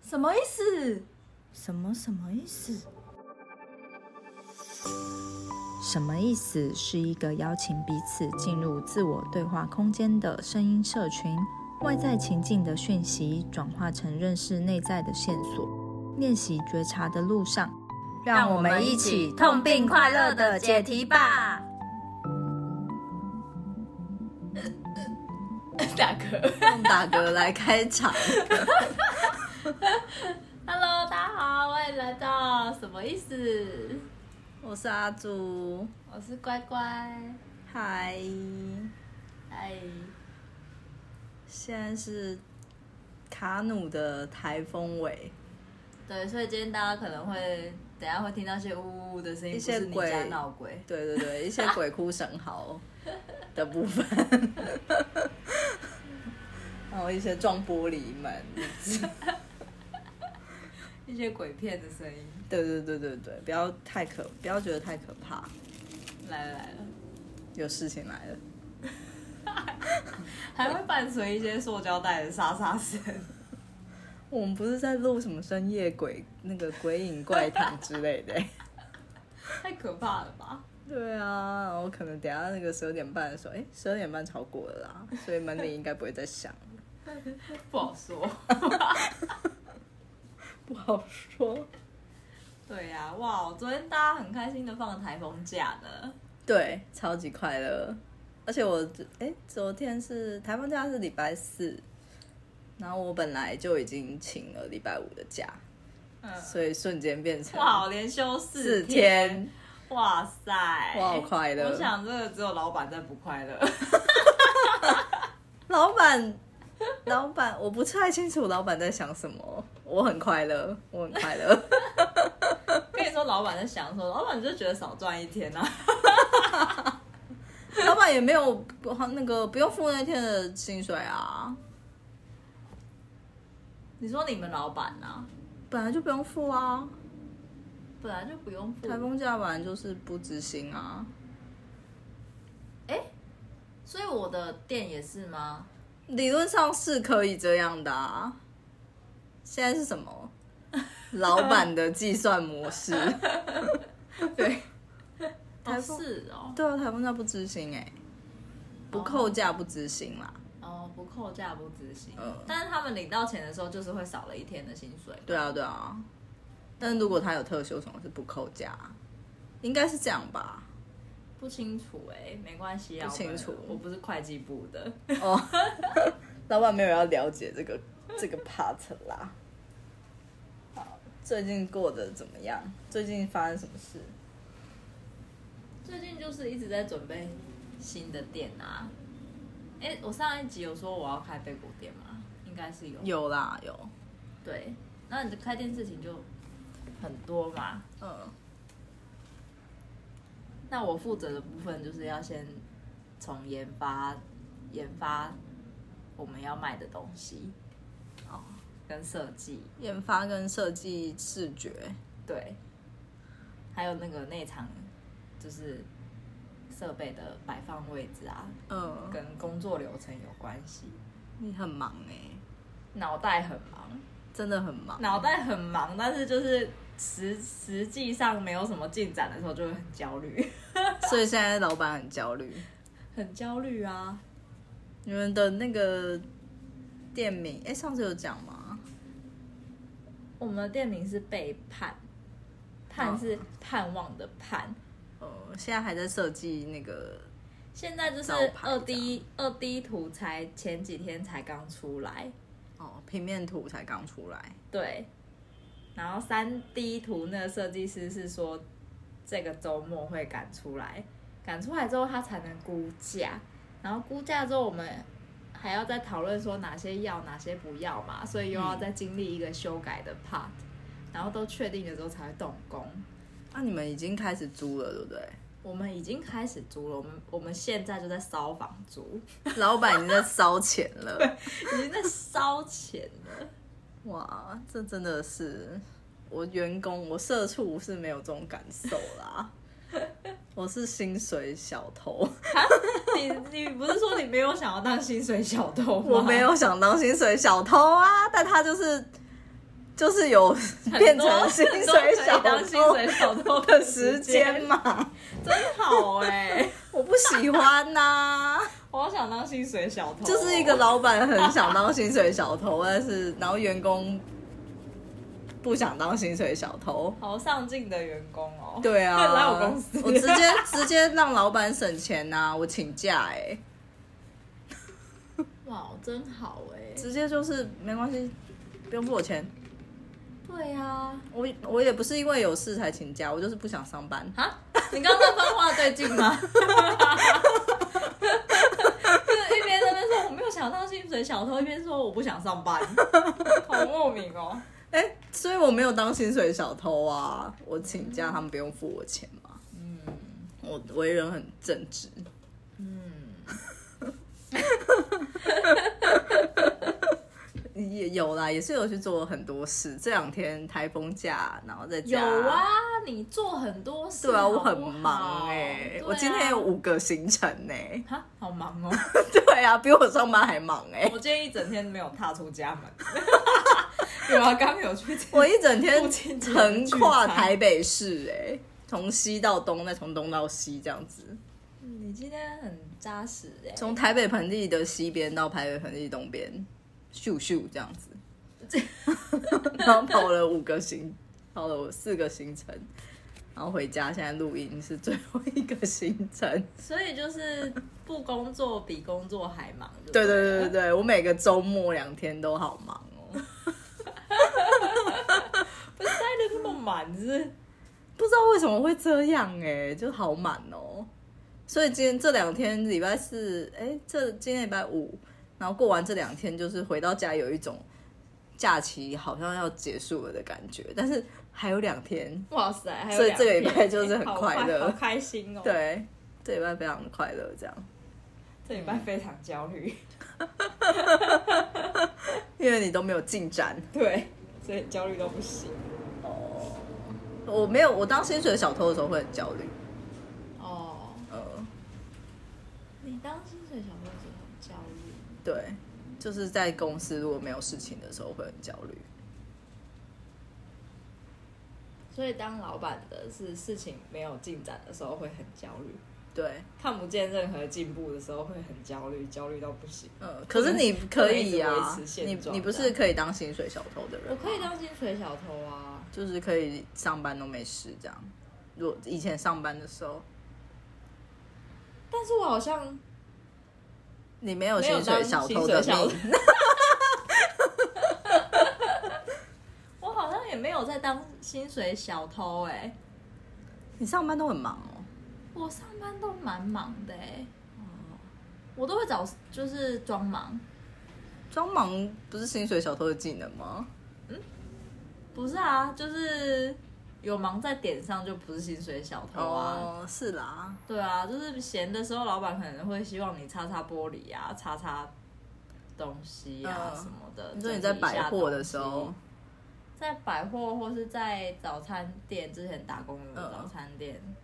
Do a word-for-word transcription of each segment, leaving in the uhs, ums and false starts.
什么意思？ 什么什么意思？什么意思？是一个邀请彼此进入自我对话空间的声音社群，外在情境的讯息转化成认识内在的线索，练习觉察的路上， 让我们一起痛并快乐的解题吧！打嗝， 用打嗝来开场。 Hello， 大家好，欢迎来到什么意思？ 我是阿朱， 我是乖乖， 嗨嗨。 现在是卡努的台风尾， 对，所以今天大家可能会等一下会听到一些呜呜的声音， 一些不是你家闹鬼， 对对对，一些鬼哭神嚎的部分，然后一些撞玻璃门， 一些鬼片的声音。 对对对对对，不要太可，不要觉得太可怕。 来了来了， 有事情来了， 还会伴随一些塑胶袋的沙沙声。 我们不是在录什么深夜鬼那个鬼影怪谈之类的、欸， 太可怕了吧？ 对啊，然后可能等一下那个十二点半的时候，哎，十二点半超过了啦，所以门铃应该不会再响了。 不好说， 不好说。 对呀、啊，哇！昨天大家很开心的放了台风假呢。 对，超级快乐。而且我哎，昨天是台风假是礼拜四，然后我本来就已经请了礼拜五的假，嗯，所以瞬间变成哇，连休四四天， 哇塞， 我好快乐。 我想这个只有老板在不快乐。 老板，老板，我不太清楚老板在想什么。我很快乐，我很快乐。 跟你说，老板在想说，老板就觉得少赚一天啊。 老板也没有那个不用付那天的薪水啊。 你说你们老板啊？ 本来就不用付啊， 本来就不用付。 台风假本来就是不执行啊。 哎，所以我的店也是吗？ 理论上是可以这样的啊。现在是什么？老板的计算模式。对。 台风、哦、是哦。 对啊，台风假不执行哎、欸，不扣假不执行啦。 哦，不扣假不执行。 嗯。 但是他们领到钱的时候，就是会少了一天的薪水。 对啊，对啊。但是如果他有特休什么是不扣假，应该是这样吧？ 不清楚哎、欸，没关系啊。 不清楚， 我不是会计部的。 哦。老板没有要了解这个这个 part 啦。好，最近过得怎么样？最近发生什么事？ 最近就是一直在准备新的店啊。哎、欸，我上一集有说我要开贝果店吗？应该是有。 有啦，有。 对，那你的开店事情就很多嘛。嗯。那我负责的部分就是要先从研发研发我们要卖的东西，哦，跟设计。 研发跟设计视觉。 对。还有那个内场。就是设备的摆放位置啊，嗯，跟工作流程有关系。 你很忙哎、欸， 脑袋很忙， 真的很忙， 脑袋很忙，但是就是实实际上没有什么进展的时候，就会很焦虑。 所以现在老板很焦虑， 很焦虑啊。 你们的那个店名，哎、欸，上次有讲吗？ 我们的店名是背叛，盼是盼望的盼。 呃，现在还在设计那个， 现在就是二 D 二 D 图才前几天才刚出来， 哦，平面图才刚出来， 对，然后三 D 图那个设计师是说这个周末会赶出来，赶出来之后他才能估价，然后估价之后我们还要再讨论说哪些要哪些不要嘛，所以又要再经历一个修改的 part，、嗯、然后都确定了之后才会动工。 那、啊、你们已经开始租了，对不对？ 我们已经开始租了，我们我们现在就在烧房租， 老板已经在烧钱了， 已经在烧钱了。 哇，这真的是我员工，我社畜是没有这种感受啦。我是薪水小偷。 你你不是说你没有想要当薪水小偷吗？ 我没有想当薪水小偷啊，但他就是就是有变成薪水小当薪偷水小偷的时间嘛， 真好哎、欸！ 我不喜欢呐、啊。 我好想当薪水小偷、哦， 就是一个老板很想当薪水小偷，但是然后员工不想当薪水小偷， 好上进的员工哦。 对啊， 来我公司， 我直接直接让老板省钱呐、啊，我请假哎、 欸，哇，真好哎、欸， 直接就是没关系，不用付我钱。 对啊， 我我也不是因为有事才请假，我就是不想上班。 啊，你刚刚那番话对劲吗？就是一边在那边说我没有想当薪水小偷，一边说我不想上班，好莫名哦。 哎、欸，所以我没有当薪水小偷啊，我请假他们不用付我钱嘛。嗯，我为人很正直。嗯。也有啦，也是有去做很多事。这两天台风假，然后在家有啊，你做很多事。 对啊， 好好我很忙哎、欸啊，我今天有五个行程哎、欸， 哈，好忙哦。 对啊，比我上班还忙哎、欸。 我今天一整天没有踏出家门。有啊，刚有去。 我一整天横跨台北市哎、欸，从西到东，再从东到西这样子。 你今天很扎实哎、欸， 从台北盆地的西边到台北盆地东边。咻咻这样子，然后跑了五个行，跑了四个行程，然后回家，现在录音是最后一个行程。 所以就是不工作比工作还忙。 对对对对对，我每个周末两天都好忙哦。 不是塞得那么满是？ 不知道为什么会这样哎、欸，就好满哦。所以今天这两天礼拜四，哎，这今天礼拜五。然后过完这两天，就是回到家有一种假期好像要结束了的感觉，但是还有两天， 哇塞！还有所以这个礼拜就是很快乐， 好开心哦。 对，这礼拜非常的快乐，这样。 这礼拜非常焦虑， 因为你都没有进展， 对，所以焦虑都不行。 哦，我没有，我当薪水小偷的时候会很焦虑。 哦，呃，你当薪水小偷的时候很焦虑？ 对，就是在公司如果没有事情的时候会很焦虑。 所以当老板的是事情没有进展的时候会很焦虑， 对， 看不见任何进步的时候会很焦虑，焦虑到不行。 嗯，可是你可以啊， 你你不是可以当薪水小偷的人？ 我可以当薪水小偷啊， 就是可以上班都没事这样。如果以前上班的时候， 但是我好像。 你没有薪水小偷的命， 我好像也没有在当薪水小偷哎、欸。 你上班都很忙哦。 我上班都蛮忙的哎、欸，哦，我都会找就是装忙。 装忙不是薪水小偷的技能吗？ 嗯，不是啊，就是有忙在点上就不是薪水小偷啊。 哦，是啦。 对啊，就是闲的时候，老板可能会希望你擦擦玻璃啊，擦擦东西啊、嗯、什么的。 你说你在百货的时候， 在百货或是在早餐店之前打工的早餐店。嗯、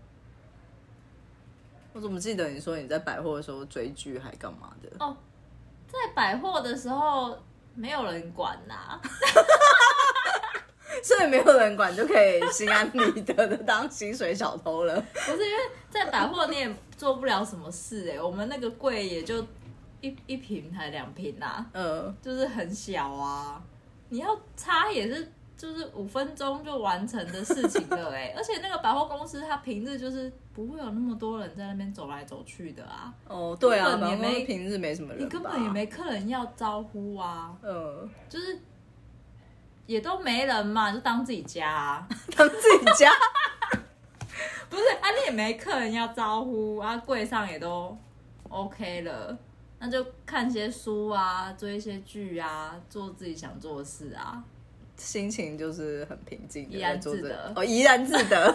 我怎么记得你说你在百货的时候追剧还干嘛的？ 哦，在百货的时候没有人管啦、啊。 所以没有人管就可以心安理得的当薪水小偷了。 不是因为在百货你也做不了什么事哎、欸，我们那个柜也就一一瓶还两瓶啊，嗯，就是很小啊，你要擦也是就是五分钟就完成的事情了哎、欸，而且那个百货公司它平日就是不会有那么多人在那边走来走去的啊。 哦，对啊，百货平日没什么人吧， 你根本也没客人要招呼啊，嗯，就是。也都没人嘛，就当自己家、啊， 当自己家， 不是啊，你也没客人要招呼啊，柜上也都 OK 了，那就看些书啊，追一些剧啊，做自己想做的事啊， 心情就是很平静的， 怡然自得哦，怡然自得，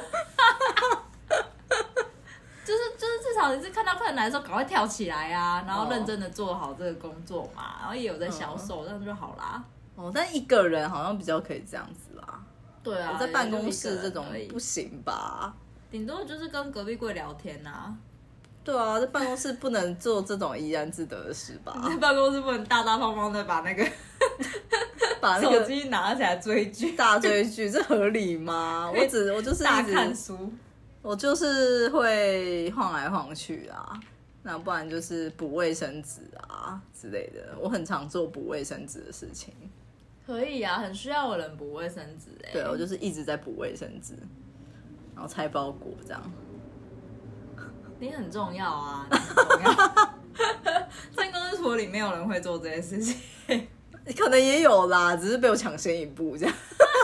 就是就是至少你是看到客人来的时候赶快跳起来啊，然后认真的做好这个工作嘛，然后也有在销售，这样就好啦。 哦，但一个人好像比较可以这样子啦。 对啊， 我在办公室这种不行吧？ 顶多就是跟隔壁柜聊天啊。 对啊，在办公室不能做这种怡然自得的事吧？ 在办公室不能大大方方的把那个把那个手机拿起来追剧， 大追剧，这合理吗？我只我就是一直大看书， 我就是会晃来晃去啊，那不然就是补卫生纸啊之类的。我很常做补卫生纸的事情。 可以啊，很需要有人补卫生纸哎。 对，我就是一直在补卫生纸，然后拆包裹这样。 你很重要啊，你很重要。在公司图里没有人会做这些事情， 可能也有啦，只是被我抢先一步这样。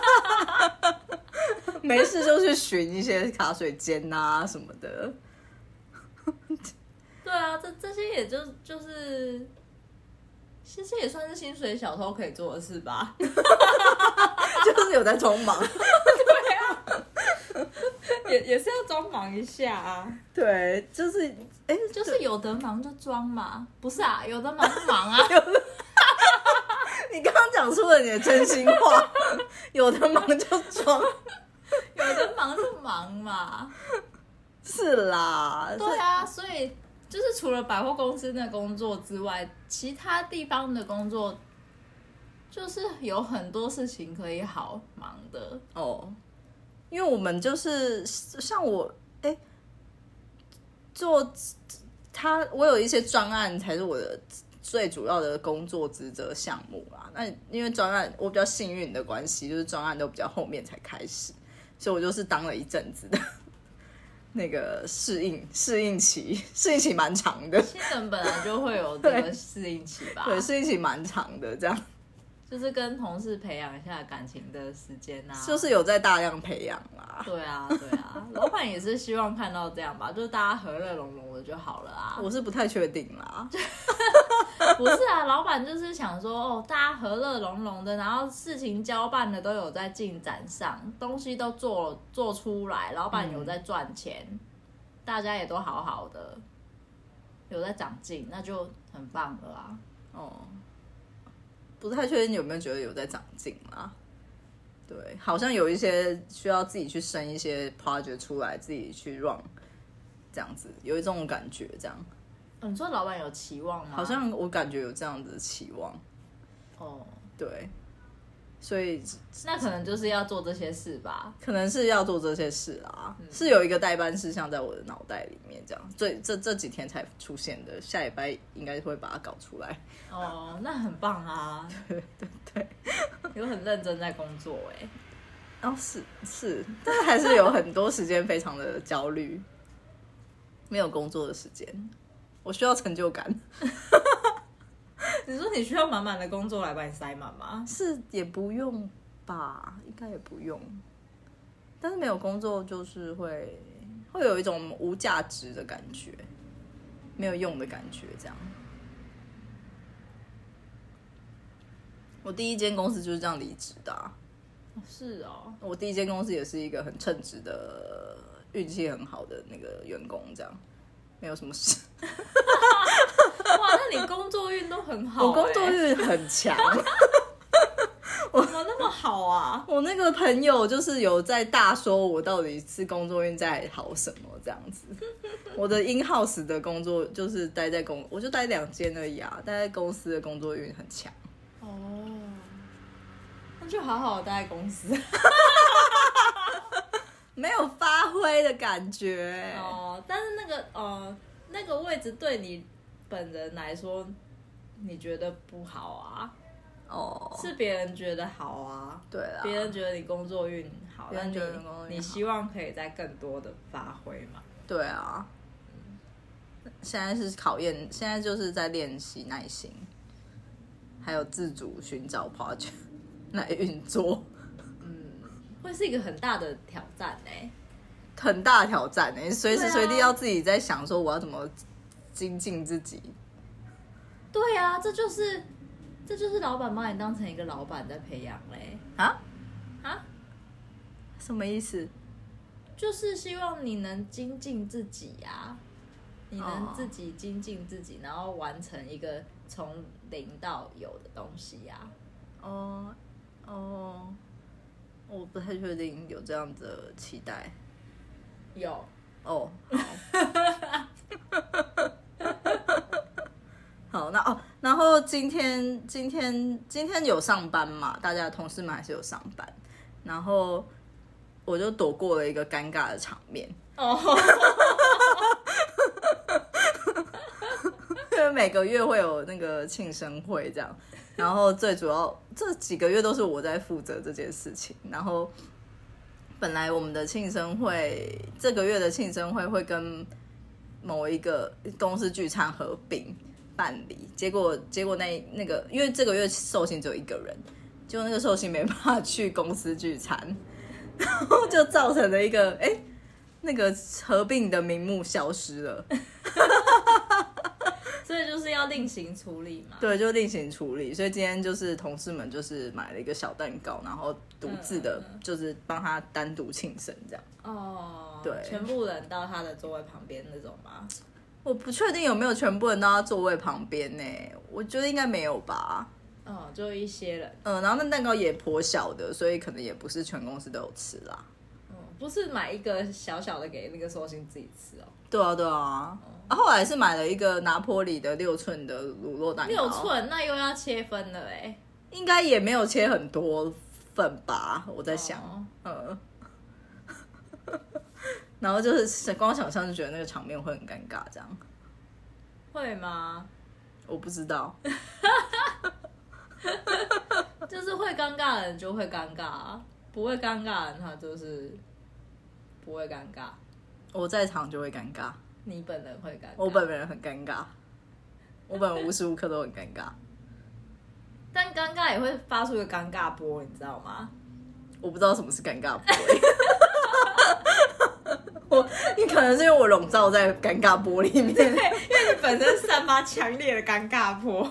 没事就去寻一些茶水间啊什么的。 对啊，这这些也就就是其实也算是薪水小偷可以做的事吧。 就是有在装忙。 对啊，也也是要装忙一下啊。 对，就是哎， 就是有得忙就装嘛，不是啊，有得忙就忙啊。 你刚刚讲出了你的真心话，有的忙就装， 有的忙就忙嘛。 是啦， 对啊，所以就是除了百货公司的工作之外，其他地方的工作就是有很多事情可以好忙的哦。因为我们就是像我，哎，做他，我有一些专案才是我的最主要的工作职责项目啦。那因为专案我比较幸运的关系，就是专案都比较后面才开始，所以我就是当了一阵子的那个适应适应期，适应期蛮长的。 新人本来就会有这个适应期吧？ 对，适应期蛮长的，这样就是跟同事培养一下感情的时间啊， 就是有在大量培养啦。 对啊，对啊，老板也是希望看到这样吧，就是大家和乐融融的就好了啊。 我是不太确定啦。 不是啊，老板就是想说，哦，大家和乐融融的，然后事情交办的都有在进展上，东西都做做出来，老板有在赚钱，嗯、大家也都好好的，有在长进，那就很棒了啊。 哦，不太确定有没有觉得有在长进啦。对，好像有一些需要自己去生一些 project 出来，自己去 run， 这样子有一种感觉，这样。 你说老板有期望吗？ 好像我感觉有这样子的期望。 哦， 对，所以那可能就是要做这些事吧。 可能是要做这些事啦，嗯、是有一个代办事项在我的脑袋里面，这样，所以这这几天才出现的，下礼拜应该会把它搞出来。 哦，那很棒啊！ 对对对， 有很认真在工作哎。 哦，是是，但是还是有很多时间非常的焦虑，没有工作的时间。我需要成就感。 你说你需要满满的工作来把你塞满吗？ 是也不用吧，应该也不用。但是没有工作就是会会有一种无价值的感觉，没有用的感觉，这样。我第一间公司就是这样离职的、啊。 是哦。我第一间公司也是一个很称职的、运气很好的那个员工，这样。没有什么事。 哇，那你工作运都很好、欸。 我工作运很强。 我怎么那么好啊？ 我那个朋友就是有在大说我到底是工作运在好什么这样子。我的 in house 的工作就是待在公，我就待两间而已啊，待在公司的工作运很强。 哦，那就好好待在公司。 没有发挥的感觉哦，但是那个呃那个位置对你本人来说，你觉得不好啊？哦，是别人觉得好啊， 对啦， 别人觉得你工作运好， 别人觉得工作运好， 你希望可以再更多的发挥嘛？ 对啊，嗯、现在是考验，现在就是在练习耐心，还有自主寻找 project 来运作。 会是一个很大的挑战哎、欸， 很大的挑战哎、欸，随时随地要自己在想说我要怎么精进自己。 对啊，这就是这就是老板把你当成一个老板在培养嘞、欸。啊啊？什么意思？ 就是希望你能精进自己啊，你能自己精进自己，然后完成一个从零到有的东西啊。 哦哦。我不太确定有这样子的期待。 有哦，好，好，那哦，然后今天今天今天有上班嘛？大家的同事们还是有上班，然后我就躲过了一个尴尬的场面。哦，因为每个月会有那个庆生会这样，然后最主要这几个月都是我在负责这件事情。然后本来我们的庆生会，这个月的庆生会会跟某一个公司聚餐合并办理，结果结果那那个因为这个月寿星只有一个人，结果那个寿星没办法去公司聚餐，然后就造成了一个哎，那个合并的名目消失了。 所以就是要另行处理嘛。 对，就另行处理。所以今天就是同事们就是买了一个小蛋糕，然后独自的，就是帮他单独庆生这样。 哦， 对， 全部人到他的座位旁边那种吗？ 我不确定有没有全部人到他座位旁边呢，我觉得应该没有吧。 哦，就一些人。 嗯，然后那蛋糕也颇小的，所以可能也不是全公司都有吃啦。 嗯，不是买一个小小的给那个寿星自己吃哦。 对啊，对啊。啊后来是买了一个拿坡里的六寸的乳酪蛋糕。 六寸，那又要切分了哎。 应该也没有切很多份吧，我在想。哦、嗯。然后就是光想象就觉得那个场面会很尴尬，这样会吗？ 我不知道， 就是会尴尬的人就会尴尬、啊，不会尴尬的人他就是不会尴尬。 我在场就会尴尬， 你本人会尴尬， 我本人很尴尬，我本人无时无刻都很尴尬， 但尴尬也会发出一个尴尬波，你知道吗？ 我不知道什么是尴尬波、欸。我你可能是因为我笼罩在尴尬波里面， 对，因为你本身散发强烈的尴尬波。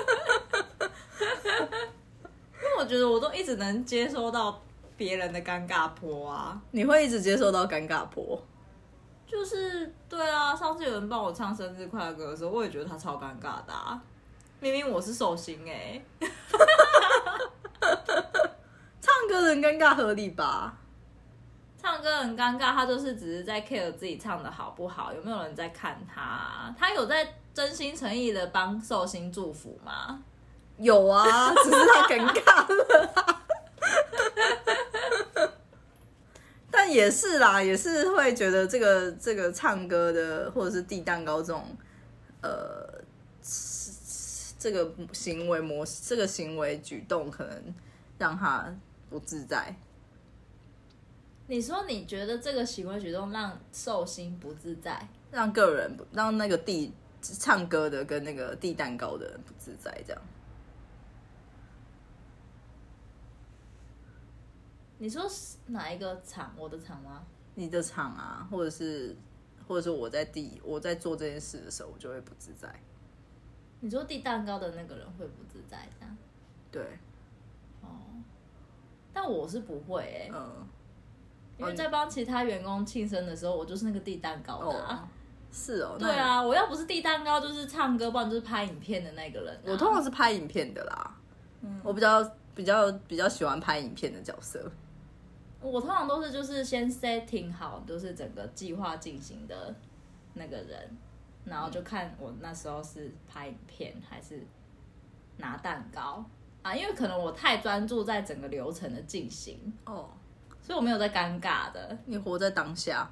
因为我觉得我都一直能接收到别人的尴尬波啊。 你会一直接收到尴尬波？ 就是对啊，上次有人帮我唱生日快乐歌的时候，我也觉得他超尴尬的啊。明明我是寿星哎、欸， 唱歌很尴尬合理吧？ 唱歌很尴尬，他就是只是在 care 自己唱的好不好，有没有人在看他、啊？他有在真心诚意的帮寿星祝福吗？ 有啊，只是他尴尬了、啊。但也是啦，也是会觉得这个这个唱歌的或者是递蛋糕这种，呃，这个行为模式，这个行为举动可能让他不自在。 你说你觉得这个行为举动让寿星不自在， 让个人让那个递唱歌的跟那个递蛋糕的人不自在，这样。 你说哪一个场？我的场吗？ 你的场啊，或者是或者是我在递我在做这件事的时候，我就会不自在。 你说递蛋糕的那个人会不自在，这样？ 对。 哦，但我是不会哎、欸。 嗯。 因为在帮其他员工庆生的时候，我就是那个递蛋糕的、啊哦。 是哦。 对啊，我要不是递蛋糕，就是唱歌，不然就是拍影片的那个人、啊。 我通常是拍影片的啦。嗯。我比较比较比较喜欢拍影片的角色。 我通常都是就是先 setting 好，就是整个计划进行的那个人，然后就看我那时候是拍影片还是拿蛋糕啊，因为可能我太专注在整个流程的进行哦。所以我没有在尴尬的， 你活在当下，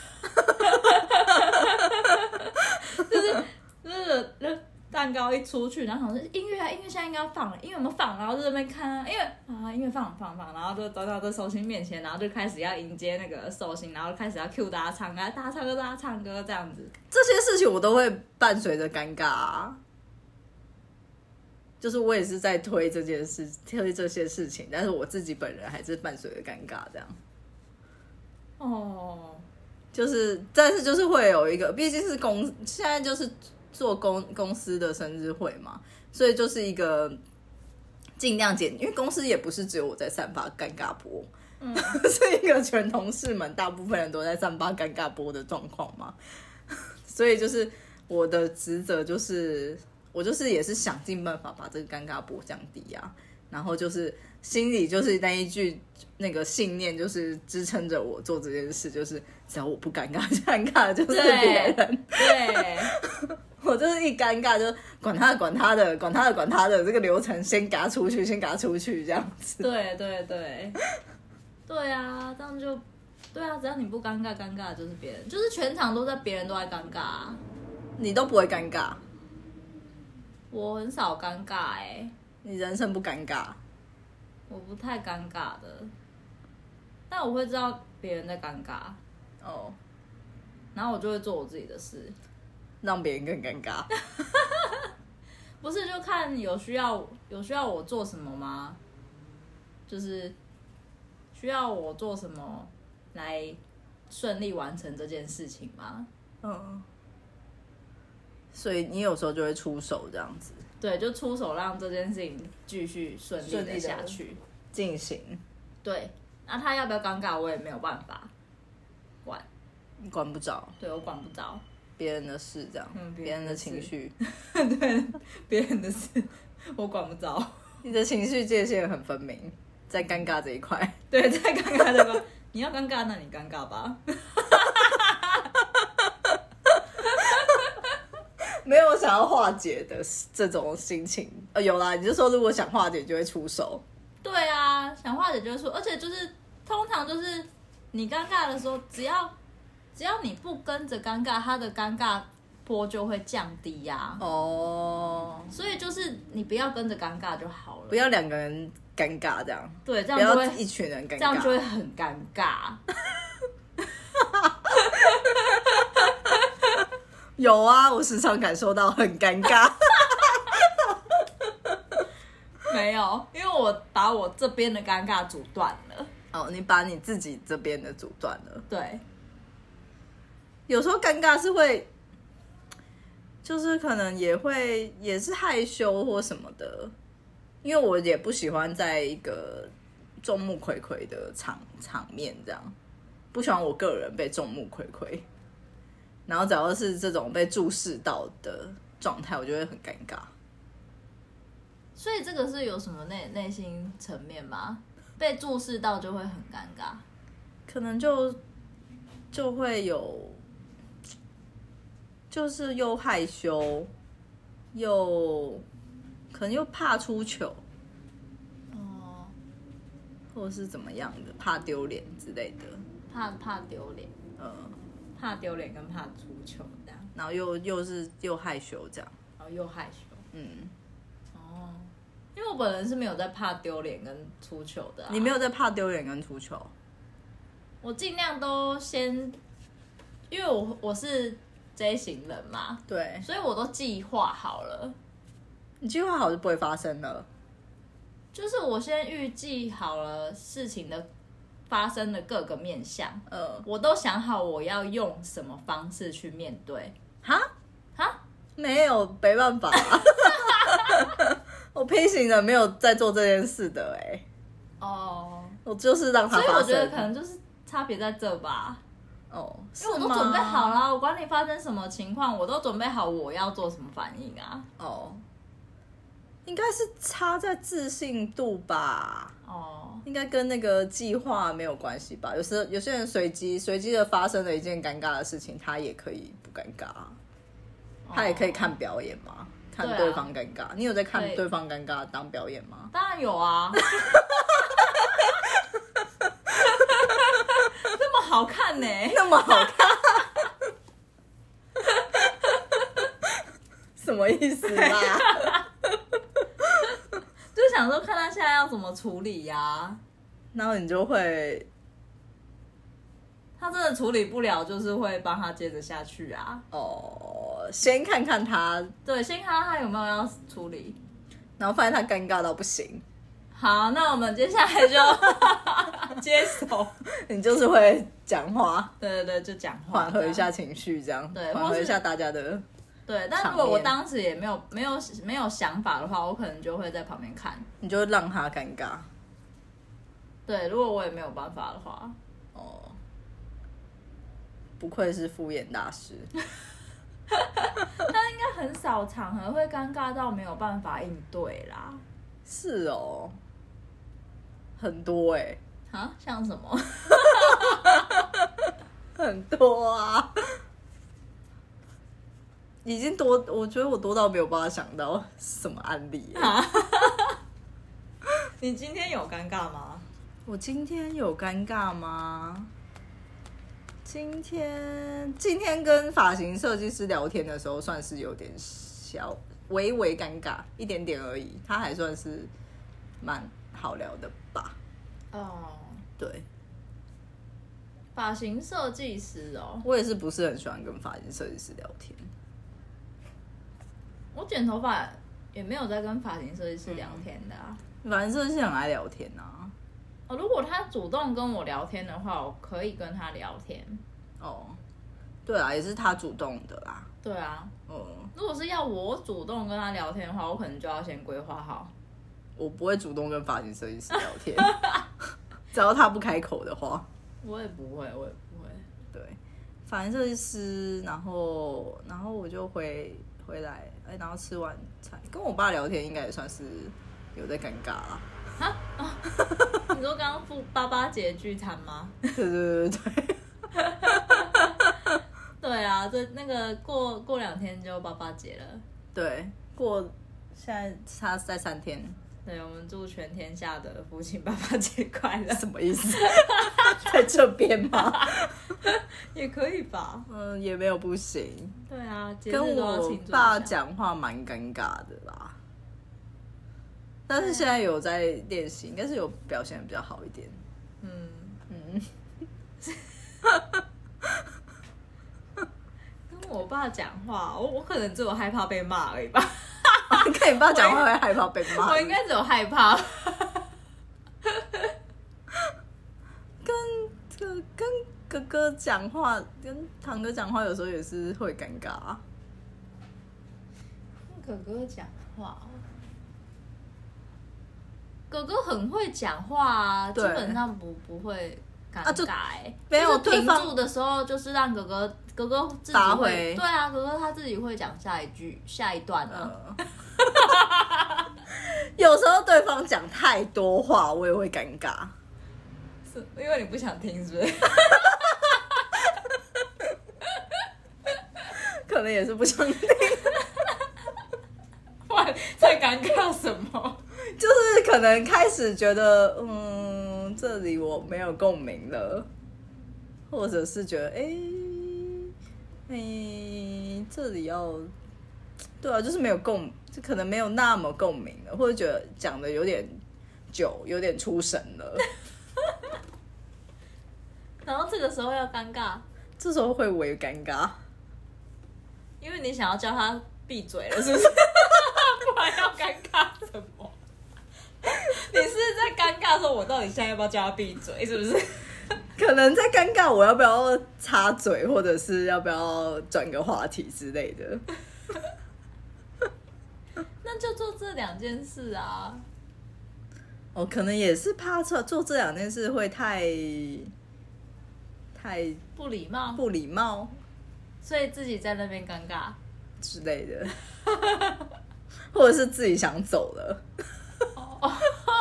就是就是蛋糕一出去，然后想说音乐啊，音乐现在应该要放了，音乐有没有放？然后就在那边看啊，因为啊音乐放放放，然后就走到这寿星面前，然后就开始要迎接那个寿星，然后开始要 cue 大家唱歌，大家唱歌，大家唱歌这样子。 这些事情我都会伴随着尴尬啊。就是我也是在推这件事，推这些事情，但是我自己本人还是伴随着尴尬这样。哦，就是，但是就是会有一个，毕竟是公，现在就是做公公司的生日会嘛，所以就是一个尽量减，因为公司也不是只有我在散发尴尬波，嗯，是一个全同事们大部分人都在散发尴尬波的状况嘛，所以就是我的职责就是。我就是也是想尽办法把这个尴尬波降低啊，然后就是心里就是那一句那个信念，就是支撑着我做这件事，就是只要我不尴尬，尴尬的就是别人。 对， 我就是一尴尬就管他的管他的管他的管他的，这个流程先给他出去，先给他出去这样子。 对对对，对啊，这样就对啊，只要你不尴尬，尴尬的就是别人，就是全场都在，别人都在尴尬啊。 你都不会尴尬？ 我很少尴尬哎、欸， 你人生不尴尬？ 我不太尴尬的，但我会知道别人在尴尬哦， 然后我就会做我自己的事， 让别人更尴尬。 不是就看有需要有需要我做什么吗？就是需要我做什么来顺利完成这件事情吗？ 嗯，所以你有时候就会出手这样子。 对，就出手让这件事情继续顺利的下去进行。 对，那他要不要尴尬，我也没有办法管， 你管不着， 对我管不着别人的事这样， 嗯， 别人的情绪， 对，别人的事我管不着。 你的情绪界限很分明，在尴尬这一块。 对，在尴尬这块，你要尴尬，那你尴尬吧。 没有想要化解的这种心情，呃，有啦，你就说如果想化解就会出手。 对啊，想化解就会说，而且就是通常就是你尴尬的时候，只要只要你不跟着尴尬，他的尴尬波就会降低呀、啊。 哦， 所以就是你不要跟着尴尬就好了， 不要两个人尴尬这样， 对，这样就会不要一群人尴尬， 这样就会很尴尬。 有啊，我时常感受到很尴尬。 没有，因为我把我这边的尴尬阻断了。 哦，你把你自己这边的阻断了。 对， 有时候尴尬是会，就是可能也会也是害羞或什么的，因为我也不喜欢在一个众目睽睽的场场面这样，不喜欢我个人被众目睽睽。然后只要是这种被注视到的状态，我就会很尴尬。 所以这个是有什么内内心层面吗？被注视到就会很尴尬， 可能就就会有，就是又害羞，又可能又怕出糗， 哦， 或者是怎么样的，怕丢脸之类的， 怕怕丢脸， 呃， 怕丢脸跟怕出糗这样， 然后又又是又害羞这样， 然后又害羞， 嗯， 哦，因为我本人是没有在怕丢脸跟出糗的、啊， 你没有在怕丢脸跟出糗， 我尽量都先，因为我我是 J 型人嘛， 对， 所以我都计划好了， 你计划好就不会发生了， 就是我先预计好了事情的发生的各个面向， 呃， 我都想好我要用什么方式去面对。 哈哈， 没有，没办法，我 P 型的没有在做这件事的哎、欸， 哦， 我就是让它发生， 所以我觉得可能就是差别在这吧。 哦， 因为我都准备好了，我管你发生什么情况，我都准备好我要做什么反应啊。 哦，应该是差在自信度吧。 哦， 应该跟那个计划没有关系吧？有时有些人随机随机的发生了一件尴尬的事情，他也可以不尴尬，他也可以看表演嘛，看对方尴尬。你有在看对方尴尬当表演吗？ 当然有啊。那么好看呢、欸？ 那么好看？什么意思啦？ 就想说看他现在要怎么处理呀、啊， 然后你就会， 他真的处理不了，就是会帮他接着下去啊。 哦，先看看他， 对，先看他有没有要处理， 然后发现他尴尬到不行。 好，那我们接下来就接手， 你就是会讲话， 对对对，就讲话， 缓和一下情绪，这样， 对， 缓和一下大家的。 对，但如果我当时也没有没有没有想法的话，我可能就会在旁边看， 你就让他尴尬。 对，如果我也没有办法的话， 哦，不愧是敷衍大师。 但应该很少场合会尴尬到没有办法应对啦。 是哦，很多哎、 欸，啊，像什么？很多啊。 已经多，我觉得我多到没有办法想到什么案例了。 啊、你今天有尴尬吗？ 我今天有尴尬吗？今天今天跟发型设计师聊天的时候，算是有点小微微尴尬，一点点而已。他还算是蛮好聊的吧？ 哦， 对， 发型设计师哦， 我也是不是很喜欢跟发型设计师聊天。 我剪头发也没有在跟发型设计师聊天的啊。 发型设计师很爱聊天啊。 哦，如果他主动跟我聊天的话，我可以跟他聊天。 哦，对啊，也是他主动的啦。 对啊， 嗯， 如果是要我主动跟他聊天的话，我可能就要先规划好。 我不会主动跟发型设计师聊天，只要他不开口的话。 我也不会，我也不会。 对，发型设计师，然后然后我就回回来，哎，然后吃完菜，跟我爸聊天，应该也算是有在尴尬啦。 啊啊！你说刚刚付八八节聚餐吗？ 对对对对。 对啊，这那个过过两天就八八节了。 对，过现在差在三天。 对，我们祝全天下的父亲爸爸节快乐。 什么意思？在这边吗？ 也可以吧。 嗯，也没有不行。 对啊，节日跟都要我庆祝一下爸讲话蛮尴尬的啦，但是现在有在练习，应该是有表现得比较好一点。 嗯嗯。 跟我爸讲话，我我可能只有害怕被骂而已吧。 跟你爸讲话会害怕被骂？ 我应该只有害怕。 跟跟跟哥哥讲话，跟堂哥讲话，有时候也是会尴尬啊。 跟哥哥讲话，哥哥很会讲话啊，基本上不不会尴尬哎、欸。 没有就是停住的时候，就是让哥哥哥哥自己打会， 回对啊，哥哥他自己会讲下一句下一段啊。 呃有时候对方讲太多话，我也会尴尬。 是因为你不想听，是不是？ 可能也是不想听。 不然在尴尬什么？ 就是可能开始觉得，嗯，这里我没有共鸣了，或者是觉得，哎、欸，哎、欸，这里要，对啊，就是没有共，就可能没有那么共鸣了，或者觉得讲的有点久，有点出神了。 然后这个时候要尴尬， 这时候会微尴尬， 因为你想要叫他闭嘴了，是不是？不然要尴尬什么？你是在尴尬说，我到底现在要不要叫他闭嘴，是不是？ 可能在尴尬我要不要插嘴，或者是要不要转个话题之类的。 那就做这两件事啊。 哦，可能也是怕做做这两件事会太太不礼貌， 不礼貌所以自己在那边尴尬之类的，或者是自己想走了。 哦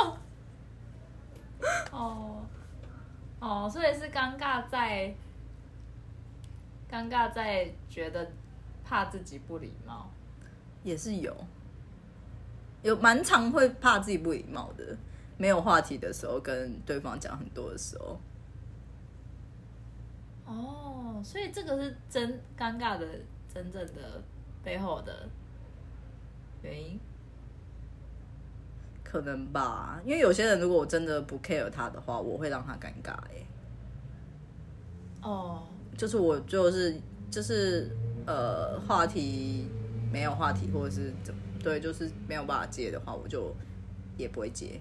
哦哦，所以是尴尬在尴尬在觉得怕自己不礼貌， 也是有有蛮常会怕自己不礼貌的，没有话题的时候，跟对方讲很多的时候。 哦，所以这个是真尴尬的真正的背后的原因。 可能吧，因为有些人如果我真的不 care 他的话，我会让他尴尬哎、欸。 哦， 就是我就是就是呃，话题没有话题，或者是怎么对，就是没有办法接的话，我就也不会接。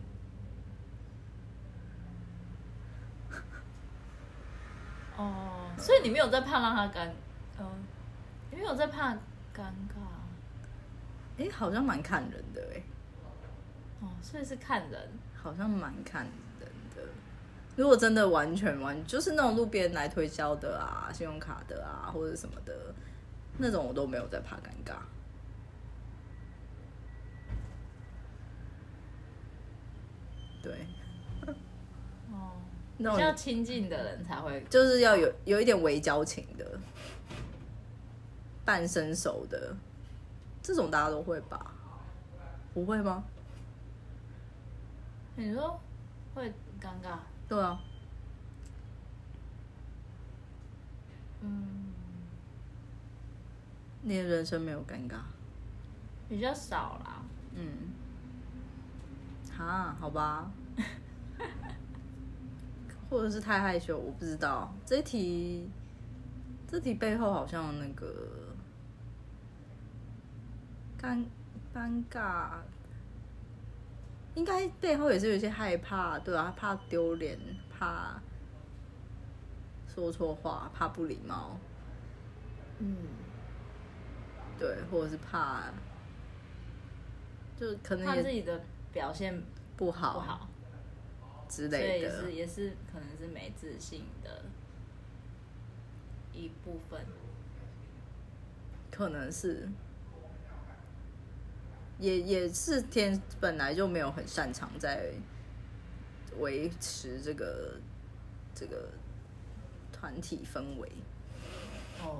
哦，所以你没有在怕让他尴，嗯、呃，你没有在怕尴尬。 哎、欸，好像蛮看人的哎、欸。 哦，所以是看人， 好像蛮看人的。如果真的完全完，就是那种路边来推销的啊，信用卡的啊，或者什么的，那种我都没有在怕尴尬。对， 哦， 那种比较亲近的人才会， 就是要有有一点微交情的。 半生熟的，这种大家都会吧？不会吗？ 你说会尴尬？ 对啊。 嗯， 你的人生没有尴尬？ 比较少啦。 嗯。哈，好吧。或者是太害羞，我不知道。这一题，这题背后好像那个尴尴尬，应该背后也是有一些害怕，对啊，怕丢脸，怕说错话，怕不礼貌， 嗯， 对，或者是怕，就可能怕也自己的表现不好不好之所以类的， 也是也是可能是没自信的一部分。 可能是，也也是天本来就没有很擅长在维持这个这个团体氛围， 哦，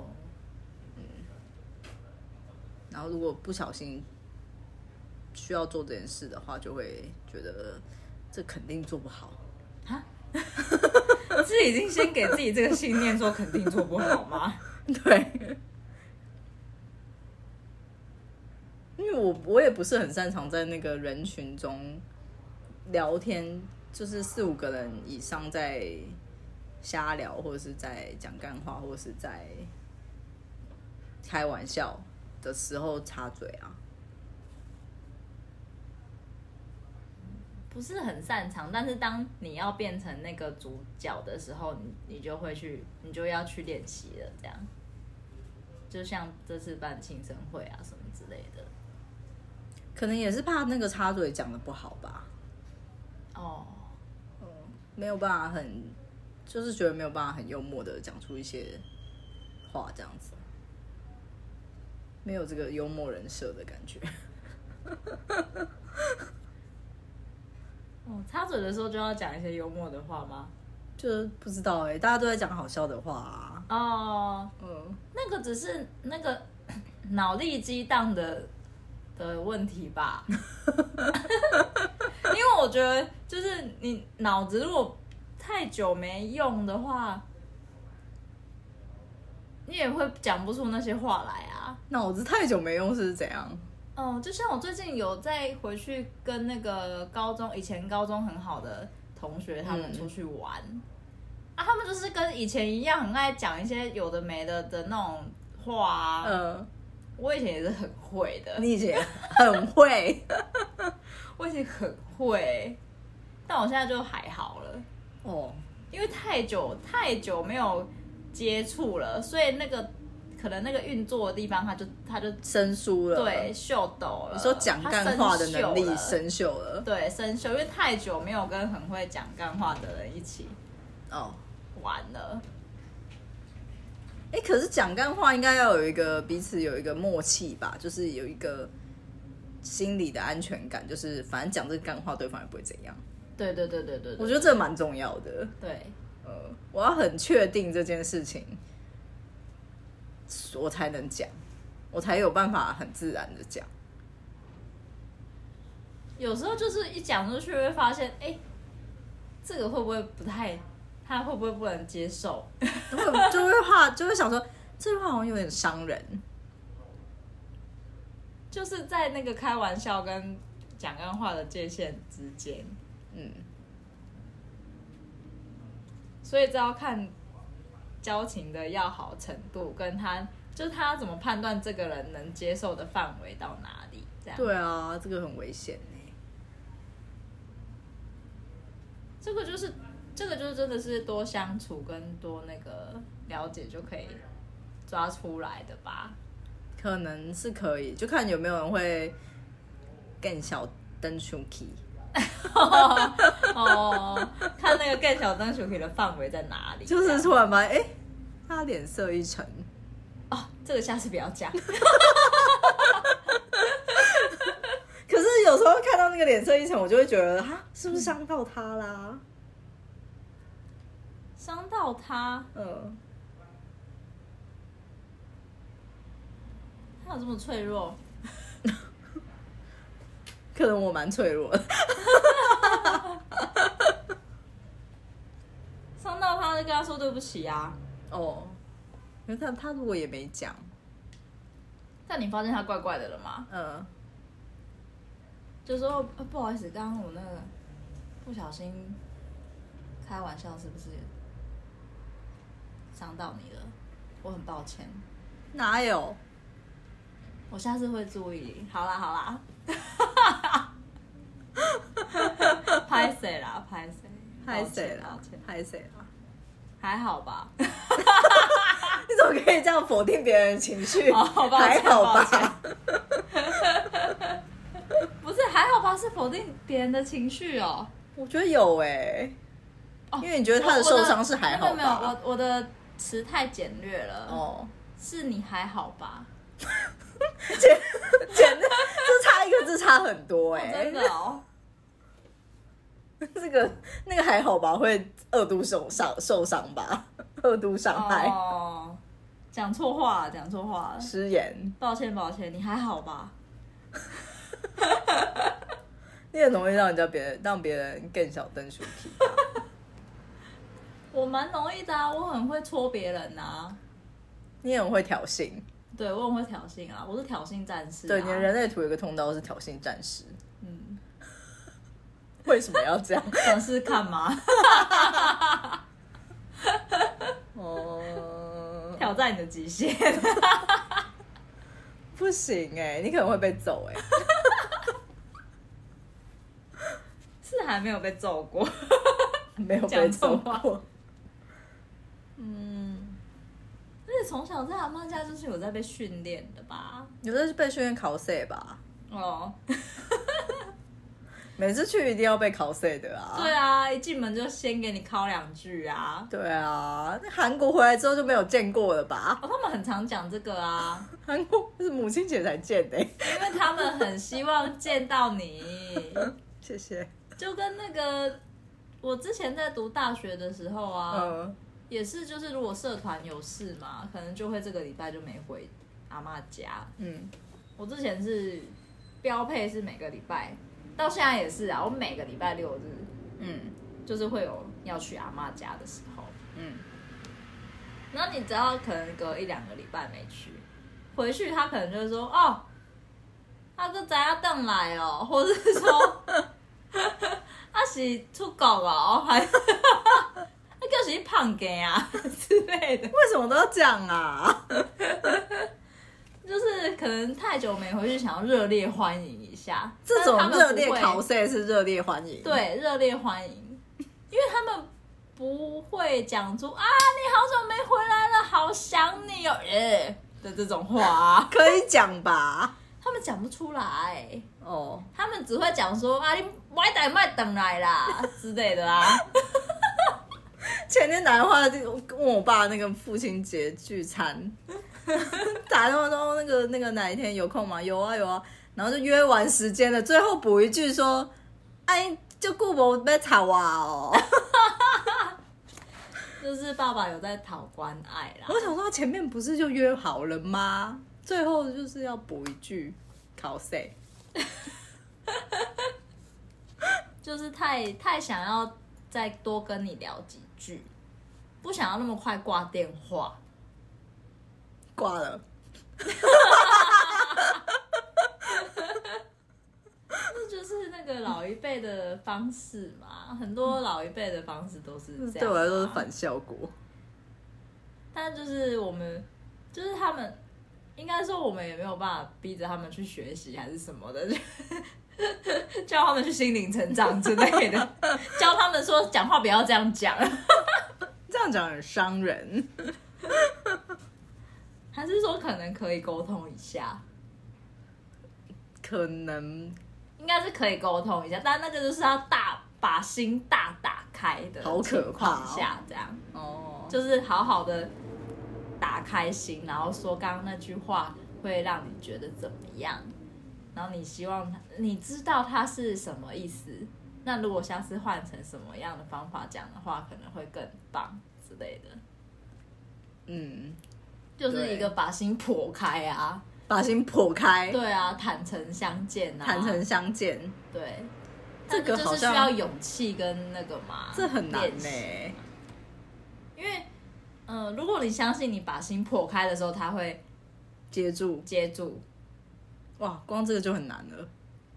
然后如果不小心需要做这件事的话，就会觉得这肯定做不好。 哈，是已经先给自己这个信念，说肯定做不好吗？ 对，因为我我也不是很擅长在那个人群中聊天，就是四五个人以上在瞎聊，或者是在讲干话，或者是在开玩笑的时候插嘴啊。 不是很擅长，但是当你要变成那个主角的时候，你你就会去，你就要去练习了，这样。就像这次办庆生会啊什么之类的， 可能也是怕那个插嘴讲的不好吧。 哦， 嗯，没有办法很，就是觉得没有办法很幽默的讲出一些话，这样子，没有这个幽默人设的感觉。 哦，插嘴的时候就要讲一些幽默的话吗？ 就是不知道哎、欸，大家都在讲好笑的话啊。 哦， 嗯， 那个只是那个脑力激荡的的问题吧。因为我觉得，就是你脑子如果太久没用的话，你也会讲不出那些话来啊。 脑子太久没用是怎样？ 嗯，就像我最近有再回去跟那个高中以前高中很好的同学他们出去玩、嗯、啊，他们就是跟以前一样，很爱讲一些有的没的的那种话啊。嗯，我以前也是很会的。 你以前很会， 我以前很会，但我现在就还好了。 哦， 因为太久太久没有接触了，所以那个。可能那个运作的地方，他就他就生疏了， 对，秀抖了。 你说讲干话的能力生锈了， 对，生锈，因为太久没有跟很会讲干话的人一起哦玩了。 哎、欸，可是讲干话应该要有一个彼此有一个默契吧，就是有一个心理的安全感，就是反正讲这个干话，对方也不会怎样。 对对对对 对, 对， 我觉得这蛮重要的。 对， 呃，我要很确定这件事情。我才能讲，我才有办法很自然的讲。 有时候就是一讲出去会发现，哎、欸，这个会不会不太，他会不会不能接受？ 就会就会怕，就会想说这句话好像有点伤人。 就是在那个开玩笑跟讲干话的界限之间，嗯，所以这要看。交情的要好程度，跟他就是他怎么判断这个人能接受的范围到哪里，这样。 对啊，这个很危险欸。 这个就是这个就是真的是多相处跟多那个了解就可以抓出来的吧？ 可能是可以，就看有没有人会更小灯熊 key。 哦，看那个更小灯球可以的范围在哪里？ 就是突然发现，哎、欸，他脸色一沉。 哦，这个下次不要讲。可是有时候看到那个脸色一沉，我就会觉得，哈，是不是伤到他啦？ 伤到他？ 嗯。 他有这么脆弱？ 可能我蛮脆弱的。 伤到他就跟他说对不起啊。 哦，可是他他如果也没讲， 但你发现他怪怪的了吗？ 嗯， 就说、呃、不好意思，刚刚我那个不小心开玩笑，是不是伤到你了？我很抱歉。 哪有？ 我下次会注意。好啦好啦，拍谁啦拍谁？ 害谁啦抱歉？ 害谁啦？ 还好吧？ 你怎么可以这样否定别人的情绪？ 哦抱歉还好抱歉吧？ 不是还好吧？是否定别人的情绪哦。 我觉得有哎、欸， 哦因为你觉得他的受伤是还好吧？ 没有没有，我我的词太简略了。 哦， 是你还好吧？ 简简这差一个字差很多哎、 哦欸真的哦。 这个那个还好吧？会二度受伤受伤吧？二度伤害， 哦，讲错话了，讲错话了， 失言。 抱歉抱歉，你还好吧？ 你很容易让人家别人让别人更小灯书皮。 我蛮容易的啊，我很会戳别人啊。 你也很会挑衅。 对，我很会挑衅啊，我是挑衅战士、啊。 对，你的人类图有一个通道是挑衅战士。 嗯， 为什么要这样？ 想试看吗？ 哦， 挑战你的极限。 不行哎、你可能会被揍哎、 是还没有被揍过。 没有被讲揍错话过。嗯， 而且从小在阿嬷家就是有在被训练的吧？ 有的是被训练考试吧？ 哦， 每次去一定要被考试的啊。 对啊，一进门就先给你敲两句啊。 对啊，那韩国回来之后就没有见过了吧？ 哦，他们很常讲这个啊， 韩国是母亲节才见的、欸。 因为他们很希望见到你。 谢谢。 就跟那个我之前在读大学的时候啊， 嗯， 也是就是如果社团有事嘛，可能就会这个礼拜就没回阿嬷家。 嗯， 我之前是标配是每个礼拜，到现在也是啊，我每个礼拜六日， 嗯， 就是会有要去阿嬷家的时候。 嗯， 然后你只要可能隔一两个礼拜没去，回去他可能就会说哦，他哥怎样等来哦，或者是说他是出国哦，还他就是胖给啊之类的， 为什么都要这样啊？ 就是可能太久没回去，想要热烈欢迎一下。 这种但是他们不会热烈考试是热烈欢迎。， 对，热烈欢迎，因为他们不会讲出啊，你好久没回来了，好想你哦，耶、的这种话、啊， 可以讲吧？ 他们讲不出来， 哦， 他们只会讲说啊，你买等买等来啦之类的啊。 前天打电话问我爸那个父亲节聚餐，打电话说那个那个哪一天有空吗？有啊有啊，然后就约完时间了，最后补一句说，哎，就顾不被吵啊哦。 就是爸爸有在讨关爱啦。 我想说前面不是就约好了吗？最后就是要补一句考试。 就是太太想要再多跟你聊几句，不想要那么快挂电话。 挂了。 这就是那个老一辈的方式嘛，很多老一辈的方式都是这样、啊。 对我来说是反效果。 但就是我们，就是他们，应该说我们也没有办法逼着他们去学习还是什么的，叫他们去心灵成长之类的，教他们说讲话不要这样讲， 这样讲很伤人。 还是说可能可以沟通一下， 可能应该是可以沟通一下，但那个就是要大把心大打开的好可怕哦情况下，这样哦， 就是好好的打开心，然后说刚刚那句话会让你觉得怎么样，然后你希望你知道它是什么意思，那如果下次换成什么样的方法讲的话，可能会更棒之类的。 嗯， 就是一个把心剖开啊， 把心剖开， 对啊，坦诚相见啊， 坦诚相见， 对， 这个好像就是需要勇气跟那个嘛， 这很难呢、 欸，因为，嗯、呃，如果你相信你把心剖开的时候，他会接住接住， 哇，光这个就很难了。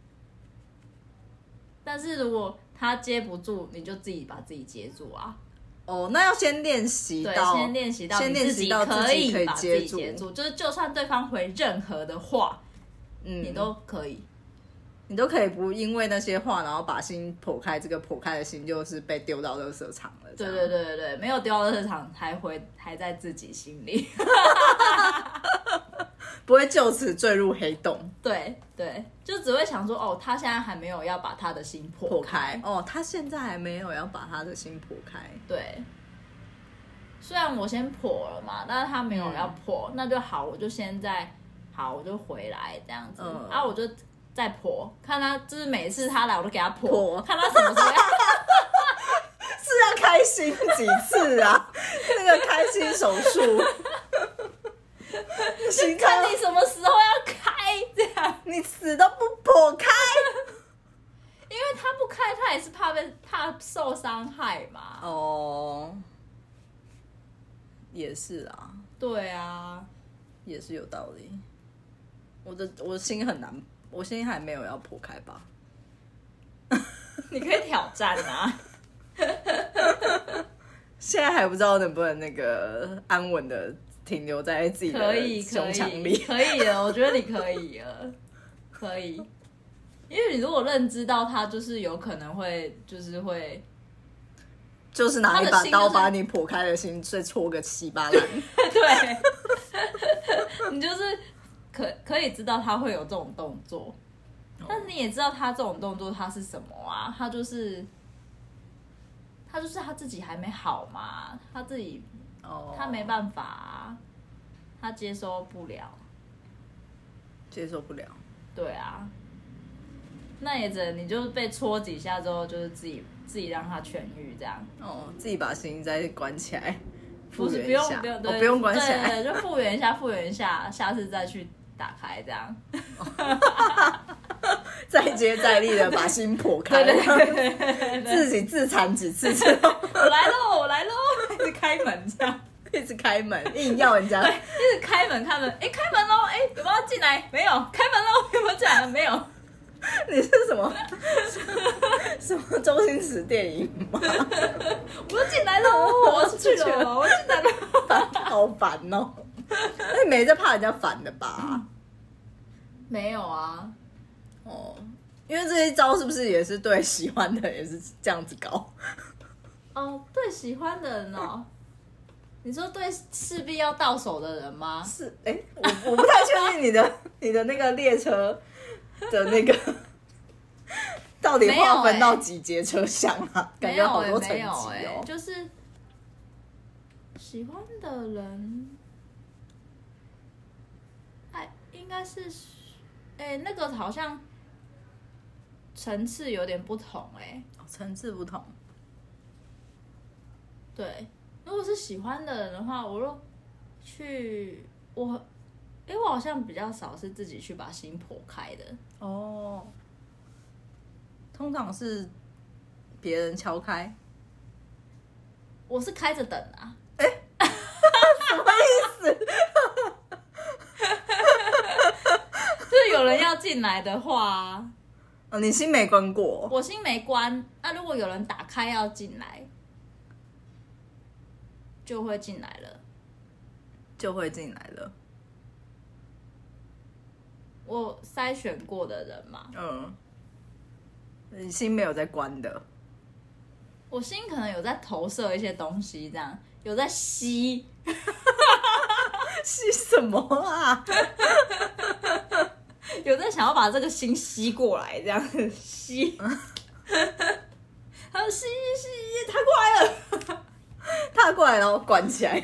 但是如果他接不住，你就自己把自己接住啊。 哦，那要先练习对， 到， 先练习到先你自己练习到可自己可以把自接住， 己接住，就是就算对方回任何的话， 嗯， 你都可以， 你都可以不因为那些话，然后把心剖开，这个剖开的心就是被丢到垃圾场了。 对对对对对，没有丢到垃圾场，还回还在自己心里， 不会就此坠入黑洞。 对对，就只会想说，哦，他现在还没有要把他的心剖剖开哦，他现在还没有要把他的心剖开。 对，虽然我先剖了嘛，但是他没有要剖，嗯、那就好，我就现在好，我就回来这样子，嗯、啊，我就再剖，看他就是每次他来，我都给他剖，看他什么时候要。 是要开心几次啊？那个开心手术。 你看你什么时候要开这样？ 你死都不剖开， 因为他不开，他也是怕被怕受伤害嘛。 哦，也是啊。 对啊， 也是有道理。我的我的心很难，我心还没有要剖开吧？ 你可以挑战啊。 现在还不知道能不能那个安稳的停留在自己的胸腔里， 可以了，我觉得你可以了，可以，因为你如果认知到他就是有可能会，就是会， 就是拿一把刀把你剖开的心再戳个稀巴烂， 对，你就是可可以知道他会有这种动作，但是你也知道他这种动作他是什么啊？他就是他就是他自己还没好嘛，他自己。Oh. 他没办法、啊，他接受不了， 接受不了。 对啊，那也只能你就是被戳几下之后，就是自己自己让他痊愈这样。 哦，自己把心再关起来， 不是不用不用、 哦、不用关起来， 对对对，就复原一下，复原一下，下次再去打开这样。 再接再厉的把心剖开， 对对对对对自己自残几次之后， 我来喽，我来喽，一直开门这样， 一直开门，硬要人家， 一直开门开门，哎、欸，开门喽，哎、欸，有没有进来？没有，开门喽，有没有进来？没有。 你是什么什么周星驰电影吗？ 我要进来喽，我要出去了，我进来了， 好烦哦！那你没在怕人家烦的吧？嗯、 没有啊。 哦，因为这一招是不是也是对喜欢的人也是这样子搞？ 哦，对喜欢的人哦，你说对势必要到手的人吗？ 是，哎、欸，我我不太确定你的你的那个列车的那个到底划分到几节车厢啊？感觉好多层级哦。 欸、就是喜欢的人，哎，应该是，哎、欸，那个好像。层次有点不同哎、欸， 层次不同。 对，如果是喜欢的人的话，我若去我，哎、欸，我好像比较少是自己去把心剖开的哦。通常是别人敲开， 我是开着等啊。 哎、欸，什么意思？ 就是有人要进来的话。 哦，你心没关过， 我心没关。那、啊、如果有人打开要进来，就会进来了， 就会进来了。 我筛选过的人嘛， 嗯，你心没有在关的， 我心可能有在投射一些东西，这样有在吸， 吸什么啊？ 有在想要把这个心吸过来，这样子吸，他说吸吸，他过来了， 他过来然后关起来，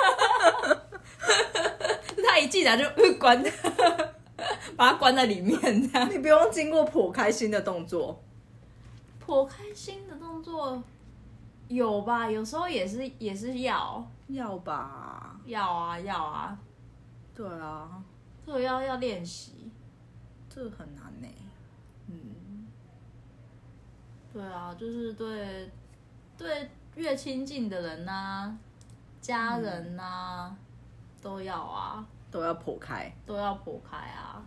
他一进来就关，把它关在里面，这样。 你不用经过剖开心的动作， 剖开心的动作有吧？有时候也是也是要要吧？ 要啊要啊， 对啊。 这个要要练习， 这个很难呢。 嗯，对啊，就是对对越亲近的人啊，家人啊，嗯、都要啊， 都要剖开， 都要剖开啊。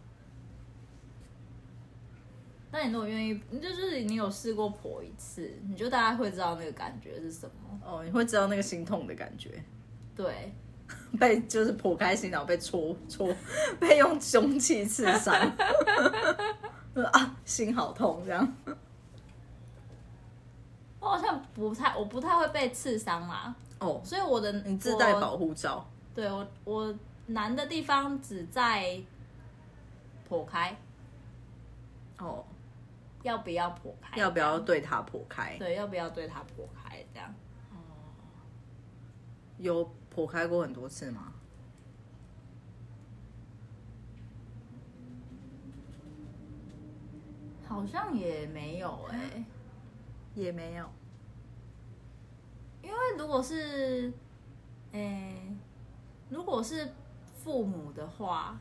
但你如果愿意，就是你有试过剖一次，你就大概会知道那个感觉是什么。 哦，你会知道那个心痛的感觉。 对， 被就是剖开心，然后被戳戳，被用凶器刺伤，啊，心好痛这样。 我好像不太，我不太会被刺伤啦。 哦， 所以我的你自带保护罩。 对我，我难的地方只在剖开。 哦。 要不要剖开？ 要不要对他剖开？ 对，要不要对他剖开？这样。 哦。有剖开过很多次吗？ 好像也没有哎、欸， 也没有。 因为如果是，哎、欸，如果是父母的话。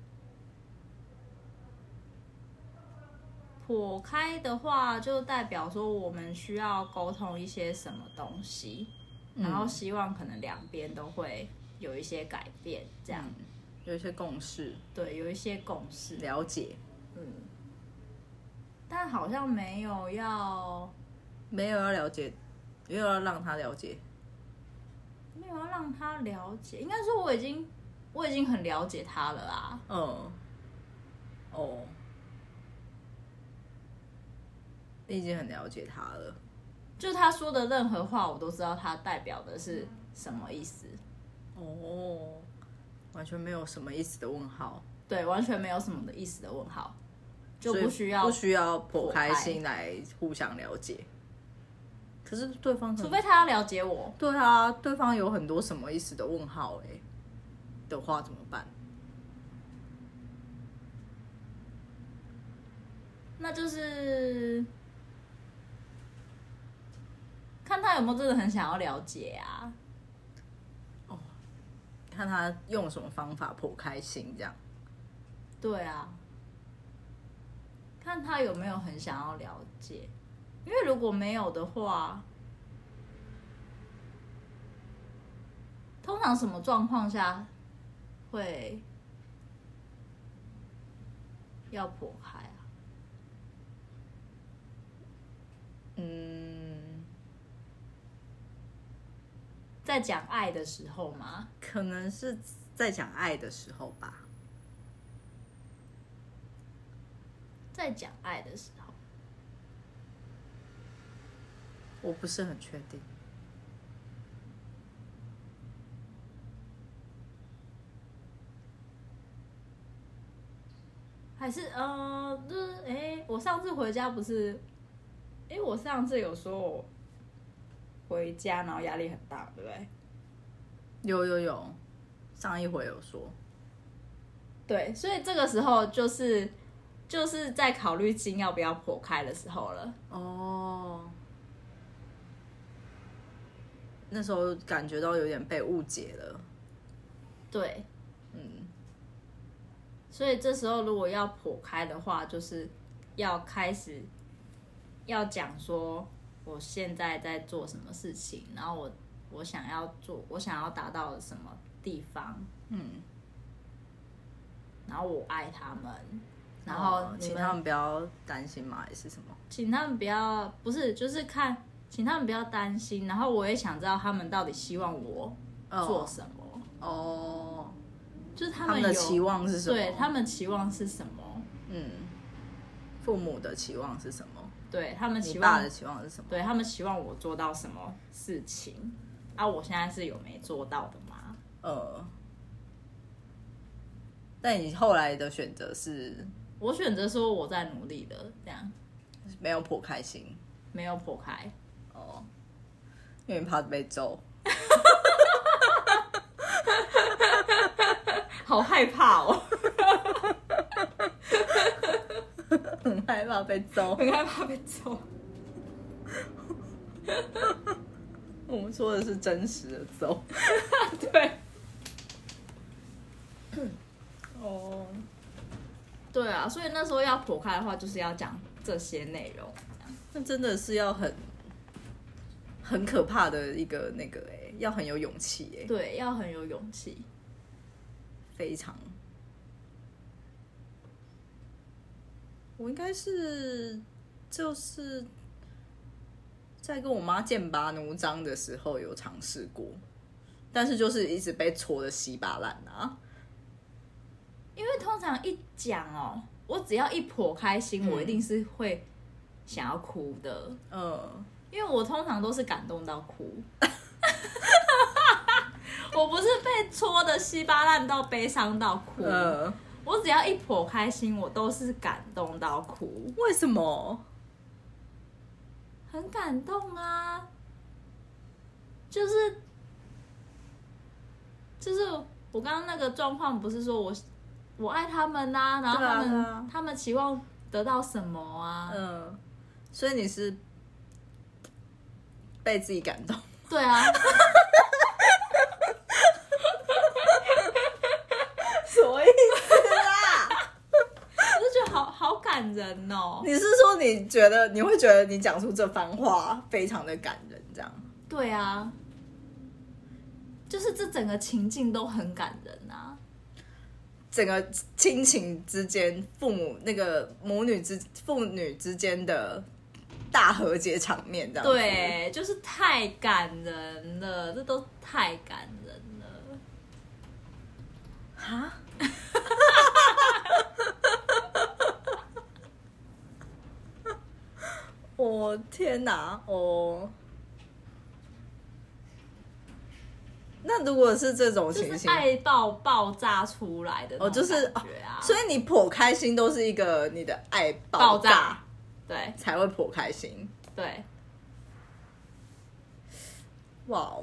剖开的话，就代表说我们需要沟通一些什么东西，嗯、然后希望可能两边都会有一些改变，这样、嗯、 有一些共识， 对，有一些共识， 了解， 嗯，但好像没有要， 没有要了解，没有要让他了解， 没有要让他了解，应该说我已经我已经很了解他了啊， 嗯，哦。你已经很了解他了， 就他说的任何话，我都知道他代表的是什么意思。 哦，完全没有什么意思的问号。 对，完全没有什么的意思的问号，就不需要不需要剖开心来互相了解。可是对方， 除非他要了解我。 对啊，对方有很多什么意思的问号、欸，哎，的话怎么办？ 那就是看他有没有真的很想要了解啊。 哦，看他用什么方法剖开心这样。 对啊，看他有没有很想要了解，因为如果没有的话，通常什么状况下会要剖开啊？ 嗯， 在讲爱的时候吗？ 可能是在讲爱的时候吧。 在讲爱的时候， 我不是很确定。 还是呃，就是哎、欸，我上次回家不是，哎、欸，我上次有说我回家然后压力很大，对不对？ 有有有，上一回有说。 对，所以这个时候就是就是在考虑心要不要剖开的时候了。 哦，那时候感觉到有点被误解了。 对， 嗯。 所以这时候如果要剖开的话，就是要开始要讲说我现在在做什么事情，然后我我想要做，我想要达到什么地方， 嗯， 然后我爱他们，然后请他们不要担心吗？还是什么？ 请他们不要，不是，就是看，请他们不要担心，然后我也想知道他们到底希望我做什么。 哦。 就是他们, 他们的期望是什么？ 对，他们期望是什么？ 嗯，父母的期望是什么？ 对，他们期望， 你爸的期望是什么？ 对，他们期望我做到什么事情啊？我现在是有没做到的吗？ 呃，但你后来的选择是？ 我选择说我在努力的，这样没有剖开心， 没有剖开哦，因为怕被揍。 好害怕哦， 很害怕被揍， 很害怕被揍。 我们说的是真实的揍。 对。 哦， 哦， 对啊，所以那时候要剖开的话，就是要讲这些内容。 那真的是要很很可怕的一个那个哎、欸，要很有勇气哎、欸。 对，要很有勇气， 非常。我应该是就是在跟我妈剑拔弩张的时候有尝试过，但是就是一直被戳的稀巴烂啊。 因为通常一讲哦，我只要一剖开心，嗯、我一定是会想要哭的。嗯，因为我通常都是感动到哭。我不是被戳的稀巴烂到悲伤到哭。嗯，我只要一剖开心，我都是感动到哭。 为什么？ 很感动啊！就是就是我刚刚那个状况，不是说我我爱他们啊，然后他们、啊、他们期望得到什么啊？ 嗯，所以你是被自己感动？ 对啊。 什么意思啦？ 我就觉得好好感人哦。 你是说你觉得你会觉得你讲出这番话非常的感人，这样？ 对啊，就是这整个情境都很感人啊。 整个亲情之间，父母那个母女之父女之间的大和解场面，这样子。 对，就是太感人了，这都太感人了。 哈？我、哦、天哪！哦，那如果是这种情形， 就是爱爆爆炸出来的那种感觉啊，哦就是哦、所以你剖开心都是一个你的爱爆炸， 爆炸对， 才会剖开心。 对， 哇哦！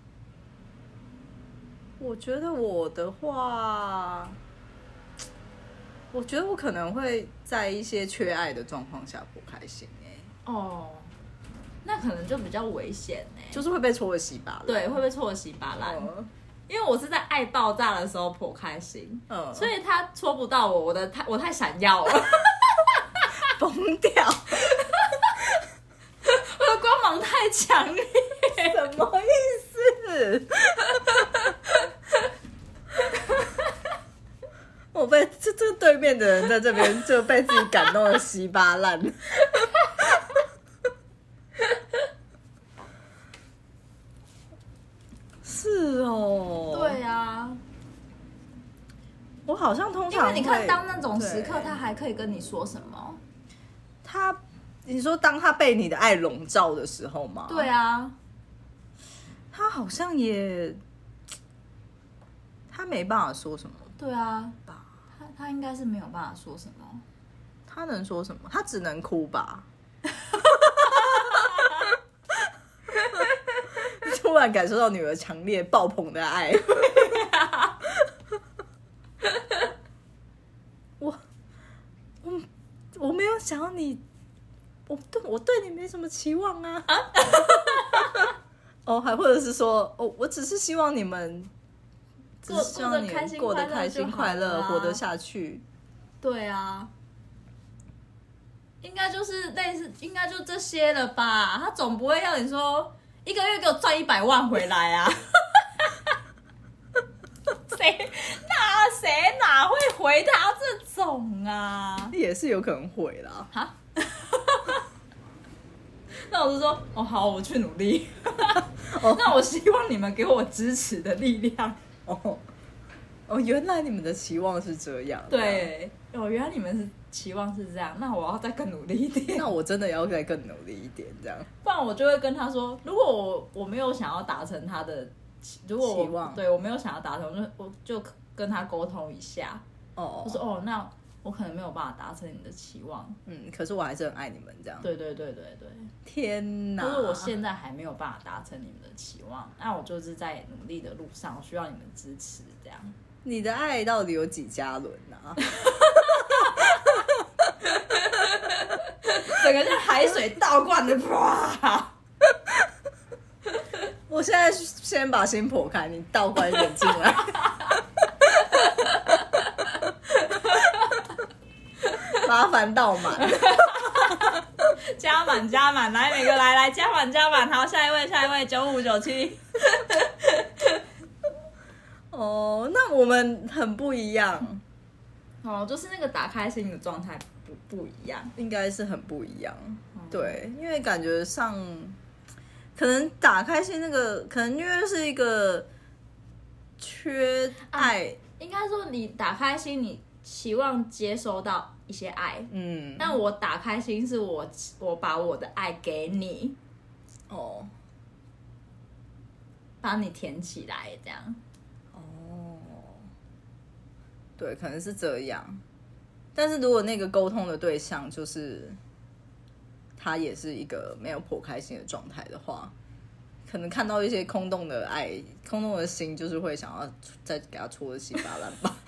我觉得我的话，我觉得我可能会在一些缺爱的状况下剖开心哎、欸。 哦，那可能就比较危险哎、欸， 就是会被戳的稀巴烂。 对，会被戳的稀巴烂。嗯、因为我是在爱爆炸的时候剖开心，嗯，所以他戳不到我，我的太我太闪耀了， 疯掉， 我的光芒太强烈， 什么意思？我被这这对面的人在这边就被自己感动的稀巴烂。是哦， 对啊， 我好像通常因为你看，当那种时刻，他还可以跟你说什么？ 他，你说当他被你的爱笼罩的时候吗？ 对啊， 他好像也，他没办法说什么。 对啊，他他应该是没有办法说什么。 他能说什么？他只能哭吧。突然感受到女儿强烈爆棚的爱。我我我没有想要你，我对我对你没什么期望啊。啊哦，还或者是说，哦，我只是希望你们，只是希望你们过得开心快乐，活得下去。 对啊。应该就是类似，应该就这些了吧？他总不会要你说一个月给我赚一百万回来啊？谁哪谁哪会回他这种啊？ 也是有可能会啦。 哈？那我就说，哦好，我去努力。哦、那我希望你们给我支持的力量。 哦哦，原来你们的期望是这样。 对，哦，原来你们是。期望是这样，那我要再更努力一点。 那我真的要再更努力一点，这样。 不然我就会跟他说，如果我我没有想要达成他的，如果我期望对我没有想要达成，我就我就跟他沟通一下。哦，我说哦，那我可能没有办法达成你的期望。 嗯，可是我还是很爱你们，这样。 对对对对对。 天哪！ 就是我现在还没有办法达成你们的期望，那我就是在努力的路上，我需要你们支持，这样。 你的爱到底有几加仑啊？ 整个像海水倒灌的，哇！ 我现在先把心剖开，你倒灌一点进来。 麻烦到满。 加满加满，来每个来来加满加满，好，下一位下一位九五九七。 哦，那我们很不一样。 哦，就是那个打开心的状态不不一样， 应该是很不一样。哦、对，因为感觉上可能打开心那个，可能因为是一个缺爱，啊、 应该说你打开心，你期望接收到一些爱，嗯，但我打开心是我我把我的爱给你，哦，把你填起来这样， 哦，对，可能是这样。但是如果那个沟通的对象就是他也是一个没有剖开心的状态的话，可能看到一些空洞的爱、空洞的心，就是会想要再给他戳得稀巴烂吧。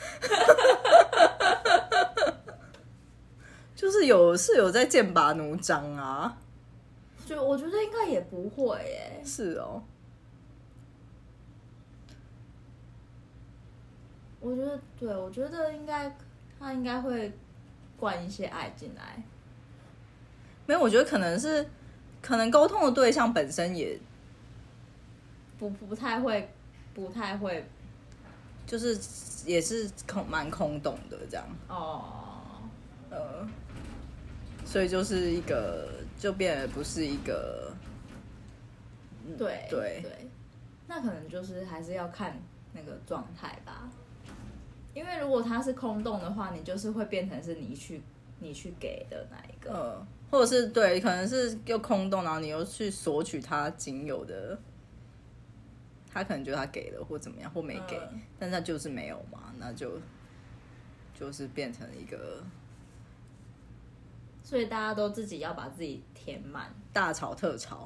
就是有是有在剑拔弩张啊， 就我觉得应该也不会耶。 是哦， 我觉得对，我觉得应该他应该会灌一些爱进来。 没有，我觉得可能是可能沟通的对象本身也不不太会，不太会， 就是也是空蛮空洞的这样。哦，呃。所以就是一个，就变得不是一个， 对对对，那可能就是还是要看那个状态吧。因为如果它是空洞的话，你就是会变成是你去你去给的那一个， 呃，或者是对，可能是又空洞，然后你又去索取他仅有的，他可能觉得他给了或怎么样或没给，嗯、但是他就是没有嘛，那就就是变成一个。 所以大家都自己要把自己填满， 大吵特吵，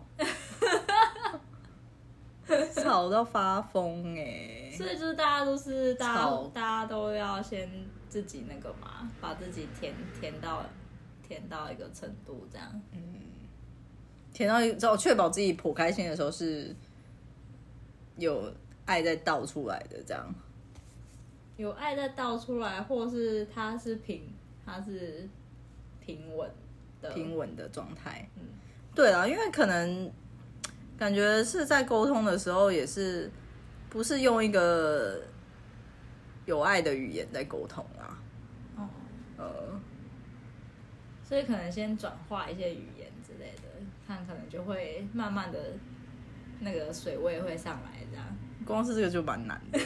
吵到发疯哎、欸！ 所以就是大家都是大家大家都要先自己那个嘛，把自己填填到填到一个程度，这样，嗯， 填到之后确保自己剖开心的时候是有爱在倒出来的，这样， 有爱在倒出来，或是它是平，它是。平稳的平稳的状态，嗯，对啦，因为可能感觉是在沟通的时候，也是不是用一个有爱的语言在沟通啊，哦，呃， 所以可能先转化一些语言之类的，看可能就会慢慢的那个水位会上来，这样， 光是这个就蛮难的。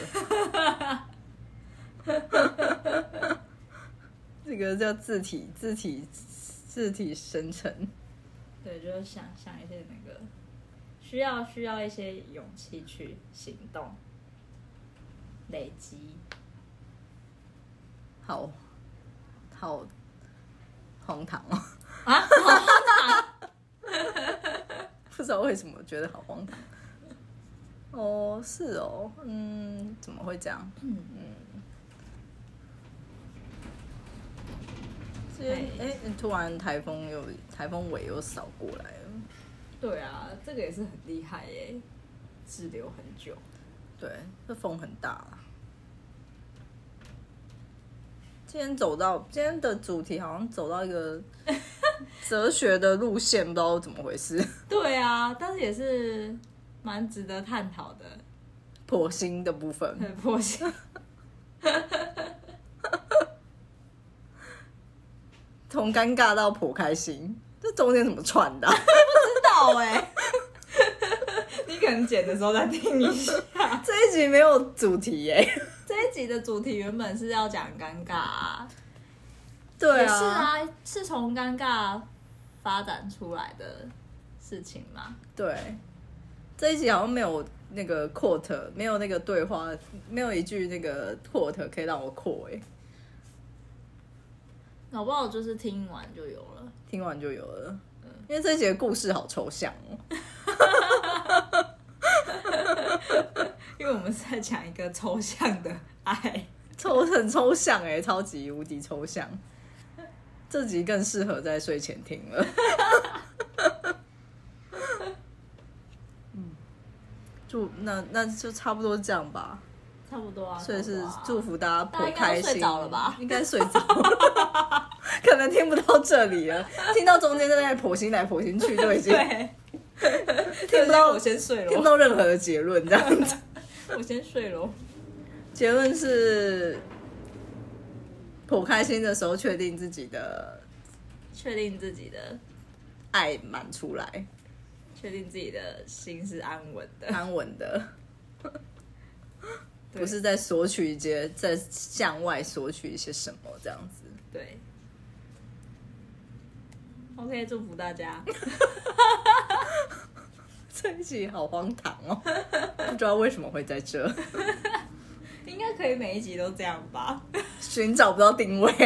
这个叫字体，字体，字体生成。 对，就是想想一些那个，需要需要一些勇气去行动，累积。 好，好荒唐哦！ 啊，好荒唐！ 不知道为什么觉得好荒唐。哦，是哦，嗯，怎么会这样？嗯嗯。哎、欸，突然台风又台风尾又扫过来了。 对啊，这个也是很厉害耶，滞留很久。 对，这风很大啦。今天走到今天的主题好像走到一个哲学的路线，不知道怎么回事。 对啊，但是也是蛮值得探讨的。 剖心的部分， 很剖心。 从尴尬到剖开心，这中间怎么串的、啊？ 不知道哎、欸，你可能剪的时候再听一下。 这一集没有主题耶、欸， 这一集的主题原本是要讲尴尬、啊， 对啊， 是啊，是从尴尬发展出来的事情嘛。 对，这一集好像没有那个 quote， 没有那个对话，没有一句那个 quote 可以让我 quote 哎、欸。 搞不好就是听完就有了， 听完就有了，嗯、因为这一集的故事好抽象哦。 因为我们是在讲一个抽象的爱， 抽很抽象哎、欸，超级无敌抽象。这集更适合在睡前听了。嗯，祝那那就差不多这样吧。 差不多啊， 所以是祝福大家剖开心。 大家应该睡着了吧？ 应该睡着了。 可能听不到这里了，听到中间在那婆心来婆心去就已经对， 听不到， 我先睡了， 听不到任何的结论，这样子。 我先睡了。 结论是，颇开心的时候，确定自己的确定自己的爱满出来， 确定自己的心是安稳的， 安稳的，不是在索取一些，在向外索取一些什么这样子。 对。OK， 祝福大家。 这一集好荒唐哦，不知道为什么会在这， 应该可以每一集都这样吧？ 寻找不到定位。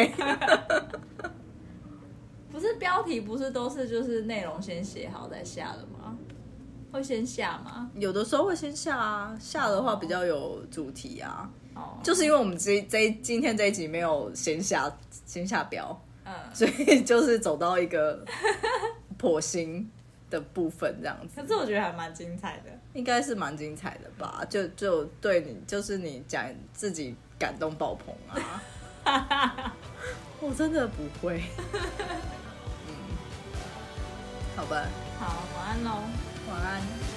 不是标题不是都是就是内容先写好再下的吗？会先下吗？ 有的时候会先下啊，下的话比较有主题啊。 哦， 就是因为我们这这今天这一集没有先下先下标， 嗯， 所以就是走到一个剖心的部分这样子。 可是我觉得还蛮精彩的， 应该是蛮精彩的吧？就就对你，就是你讲自己感动爆棚啊！我真的不会。嗯，好吧， 好，晚安喽， 晚安。